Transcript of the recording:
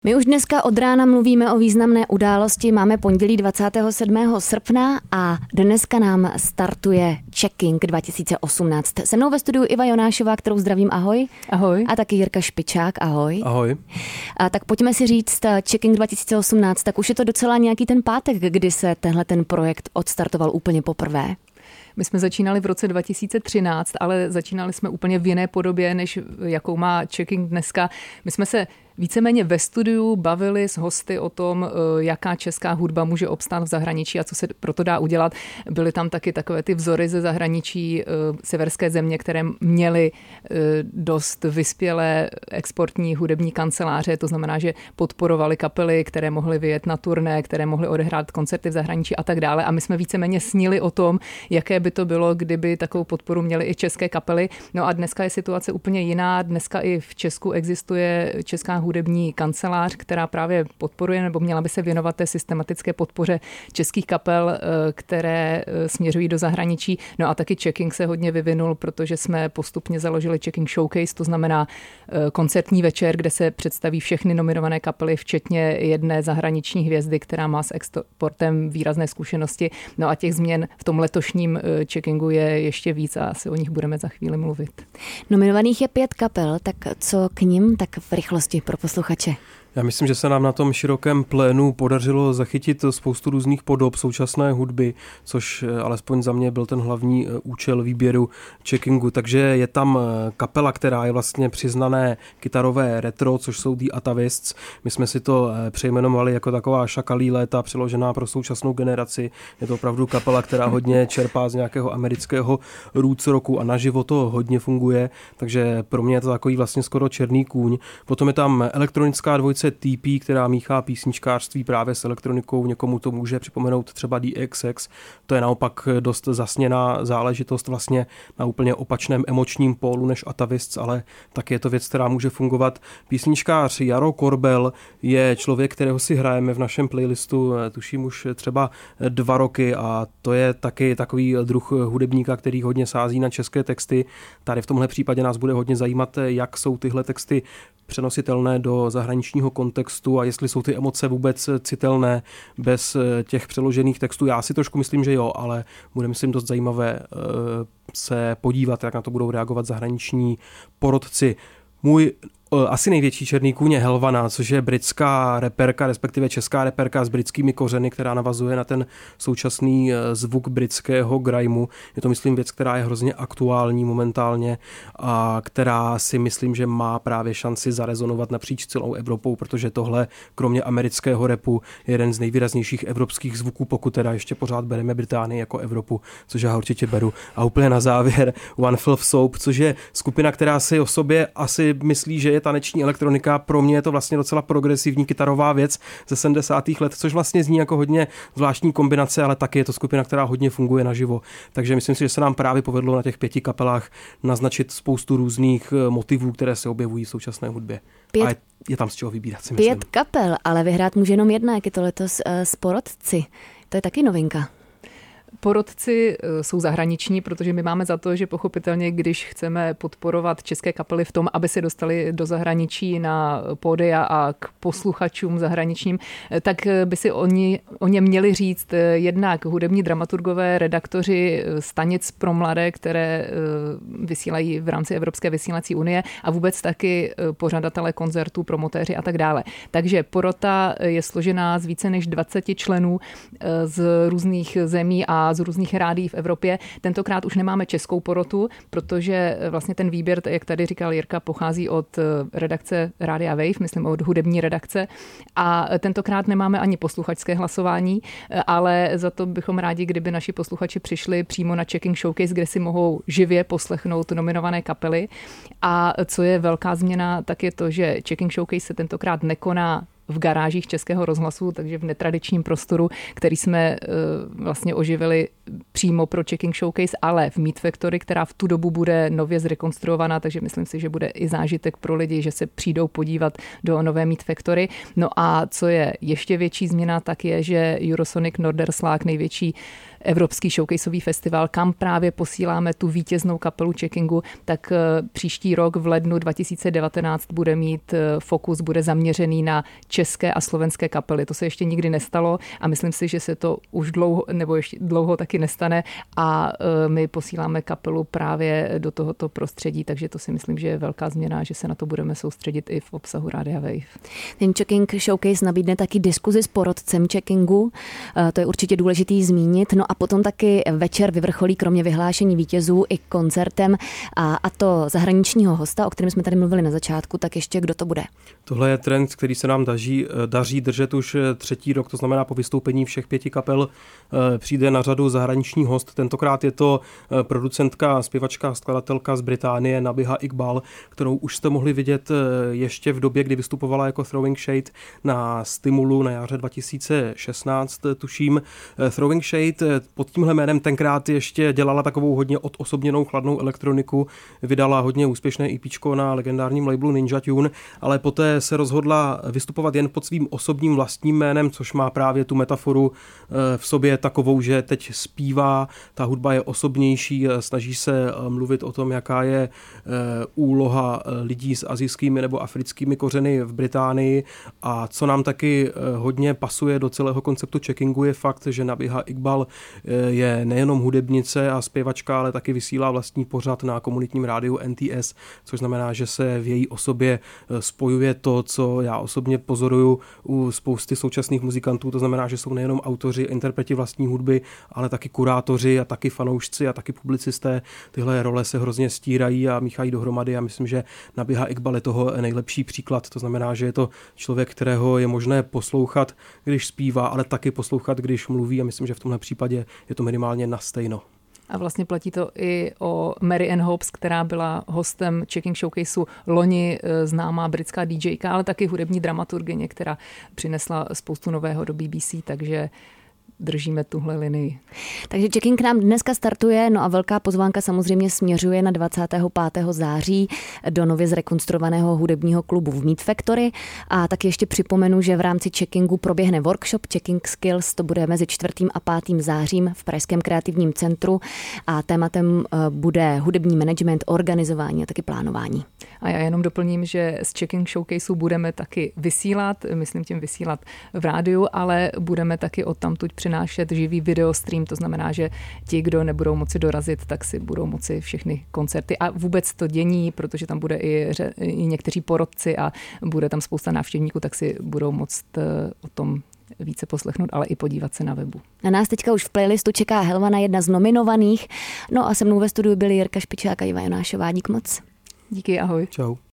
My už dneska od rána mluvíme o významné události. Máme pondělí 27. srpna a dneska nám startuje Checking 2018. Se mnou ve studiu Iva Jonášová, kterou zdravím, ahoj. Ahoj. A taky Jirka Špičák, ahoj. Ahoj. A tak pojďme si říct Checking 2018, tak už je to docela nějaký ten pátek, kdy se ten projekt odstartoval úplně poprvé. My jsme začínali v roce 2013, ale začínali jsme úplně v jiné podobě, než jakou má Checking dneska. My jsme se víceméně ve studiu bavili s hosty o tom, jaká česká hudba může obstát v zahraničí a co se proto dá udělat. Byly tam taky takové ty vzory ze zahraničí, severské země, které měly dost vyspělé exportní hudební kanceláře, to znamená, že podporovali kapely, které mohly vyjet na turné, které mohly odehrát koncerty v zahraničí a tak dále. A my jsme víceméně snili o tom, jaké by to bylo, kdyby takovou podporu měly i české kapely. No a dneska je situace úplně jiná. Dneska i v Česku existuje česká hudební kancelář, která právě podporuje nebo měla by se věnovat té systematické podpoře českých kapel, které směřují do zahraničí. No a taky Checking se hodně vyvinul, protože jsme postupně založili Checking Showcase, to znamená koncertní večer, kde se představí všechny nominované kapely, včetně jedné zahraniční hvězdy, která má s exportem výrazné zkušenosti. No a těch změn v tom letošním Checkingu je ještě víc a asi o nich budeme za chvíli mluvit. Nominovaných je 5 kapel, tak co k nim, tak v rychlosti pro posluchače. Já myslím, že se nám na tom širokém plénu podařilo zachytit spoustu různých podob současné hudby, což alespoň za mě byl ten hlavní účel výběru Checkingu. Takže je tam kapela, která je vlastně přiznané kytarové retro, což jsou The Atavists. My jsme si to přejmenovali jako taková šakalí léta přeložená pro současnou generaci. Je to opravdu kapela, která hodně čerpá z nějakého amerického roots rocku a naživo to hodně funguje, takže pro mě je to takový vlastně skoro černý kůň. Potom je tam elektronická dvojice TP, která míchá písničkářství právě s elektronikou. Někomu to může připomenout třeba DXX. To je naopak dost zasněná záležitost vlastně na úplně opačném emočním pólu než Atavists, ale tak je to věc, která může fungovat. Písničkář Jaro Korbel je člověk, kterého si hrajeme v našem playlistu, tuším už třeba 2 roky a to je taky takový druh hudebníka, který hodně sází na české texty. Tady v tomhle případě nás bude hodně zajímat, jak jsou tyhle texty přenositelné do zahraničního kontextu a jestli jsou ty emoce vůbec citelné bez těch přeložených textů. Já si trošku myslím, že jo, ale bude myslím dost zajímavé se podívat, jak na to budou reagovat zahraniční porotci. Můj asi největší černý kůň je Helvana, což je britská reperka, respektive česká reperka s britskými kořeny, která navazuje na ten současný zvuk britského grimeu. Je to, myslím, věc, která je hrozně aktuální momentálně a která si myslím, že má právě šanci zarezonovat napříč celou Evropou, protože tohle, kromě amerického rapu, je jeden z nejvýraznějších evropských zvuků, pokud teda ještě pořád bereme Británii jako Evropu, což já určitě beru. A úplně na závěr One Fell of Soap, což je skupina, která si o sobě asi myslí, že je taneční elektronika. Pro mě je to vlastně docela progresivní kytarová věc ze 70. let, což vlastně zní jako hodně zvláštní kombinace, ale taky je to skupina, která hodně funguje naživo. Takže myslím si, že se nám právě povedlo na těch 5 kapelách naznačit spoustu různých motivů, které se objevují v současné hudbě. A je tam z čeho vybírat, si myslím. 5 kapel, ale vyhrát může jenom jedna, jak je to letos s porotci. To je taky novinka. Porotci jsou zahraniční, protože my máme za to, že pochopitelně, když chceme podporovat české kapely v tom, aby se dostali do zahraničí na pódia a k posluchačům zahraničním, tak by si o ně měli říct jednak hudební dramaturgové, redaktoři stanic pro mladé, které vysílají v rámci Evropské vysílací unie a vůbec taky pořadatelé koncertů, promotéři a tak dále. Takže porota je složená z více než 20 členů z různých zemí a z různých rádií v Evropě. Tentokrát už nemáme českou porotu, protože vlastně ten výběr, jak tady říkal Jirka, pochází od redakce Rádia Wave, myslím od hudební redakce. A tentokrát nemáme ani posluchačské hlasování, ale za to bychom rádi, kdyby naši posluchači přišli přímo na Checking Showcase, kde si mohou živě poslechnout nominované kapely. A co je velká změna, tak je to, že Checking Showcase se tentokrát nekoná v garážích Českého rozhlasu, takže v netradičním prostoru, který jsme vlastně oživili přímo pro Checking Showcase, ale v Meat Factory, která v tu dobu bude nově zrekonstruovaná, takže myslím si, že bude i zážitek pro lidi, že se přijdou podívat do nové Meat Factory. No a co je ještě větší změna, tak je, že Eurosonic Norderslag, největší evropský showcaseový festival, kam právě posíláme tu vítěznou kapelu Checkingu, tak příští rok v lednu 2019 bude mít fokus, bude zaměřený na české a slovenské kapely. To se ještě nikdy nestalo a myslím si, že se to už dlouho, nebo ještě dlouho taky nestane a my posíláme kapelu právě do tohoto prostředí, takže to si myslím, že je velká změna, že se na to budeme soustředit i v obsahu Rádia Wave. Ten Checking Showcase nabídne taky diskuzi s porotcem Checkingu, to je určitě důležitý zmínit, no a potom taky večer vyvrcholí kromě vyhlášení vítězů i koncertem a to zahraničního hosta, o kterém jsme tady mluvili na začátku, tak ještě kdo to bude? Tohle je trend, který se nám daří držet už 3. rok, to znamená po vystoupení všech 5 kapel přijde na řadu zahraniční host. Tentokrát je to producentka, zpěvačka, skladatelka z Británie Nabiha Iqbal, kterou už jste mohli vidět ještě v době, kdy vystupovala jako Throwing Shade na Stimulu na jaře 2016, tuším. Throwing Shade pod tímhle jménem tenkrát ještě dělala takovou hodně odosobněnou chladnou elektroniku, vydala hodně úspěšné EPčko na legendárním labelu Ninja Tune, ale poté se rozhodla vystupovat jen pod svým osobním vlastním jménem, což má právě tu metaforu v sobě takovou, že teď zpívá, ta hudba je osobnější, snaží se mluvit o tom, jaká je úloha lidí s asijskými nebo africkými kořeny v Británii a co nám taky hodně pasuje do celého konceptu Checkingu je fakt, že Nabiha Iqbal je nejenom hudebnice a zpěvačka, ale taky vysílá vlastní pořad na komunitním rádiu NTS, což znamená, že se v její osobě spojuje to, co já osobně pozoruju u spousty současných muzikantů, to znamená, že jsou nejenom autoři, interpreti vlastní hudby, ale taky kurátoři a taky fanoušci a taky publicisté. Tyhle role se hrozně stírají a míchají dohromady a myslím, že Nabiha Iqbal je toho nejlepší příklad. To znamená, že je to člověk, kterého je možné poslouchat, když zpívá, ale taky poslouchat, když mluví a myslím, že v tomhle případě je to minimálně na stejno. A vlastně platí to i o Mary Ann Hobbs, která byla hostem Checking Showcaseu loni, známá britská DJka, ale taky hudební dramaturgyně, která přinesla spoustu nového do BBC, takže držíme tuhle linii. Takže Checking nám dneska startuje, no a velká pozvánka samozřejmě směřuje na 25. září do nově zrekonstruovaného hudebního klubu v Meat Factory. A tak ještě připomenu, že v rámci Checkingu proběhne workshop Checking Skills, to bude mezi 4. a 5. zářím v Pražském kreativním centru a tématem bude hudební management, organizování a taky plánování. A já jenom doplním, že z Checking Showcaseu budeme taky vysílat, myslím tím vysílat v rádiu, ale budeme taky odtamtud přinášet živý videostream, to znamená, že ti, kdo nebudou moci dorazit, tak si budou moci všechny koncerty a vůbec to dění, protože tam bude i někteří porotci a bude tam spousta návštěvníků, tak si budou moct o tom více poslechnout, ale i podívat se na webu. Na nás teďka už v playlistu čeká Helvana, jedna z nominovaných. No a se mnou ve studiu byli Jirka Špičák a Iva Jonášová. Dík moc. Díky, ahoj. Čau.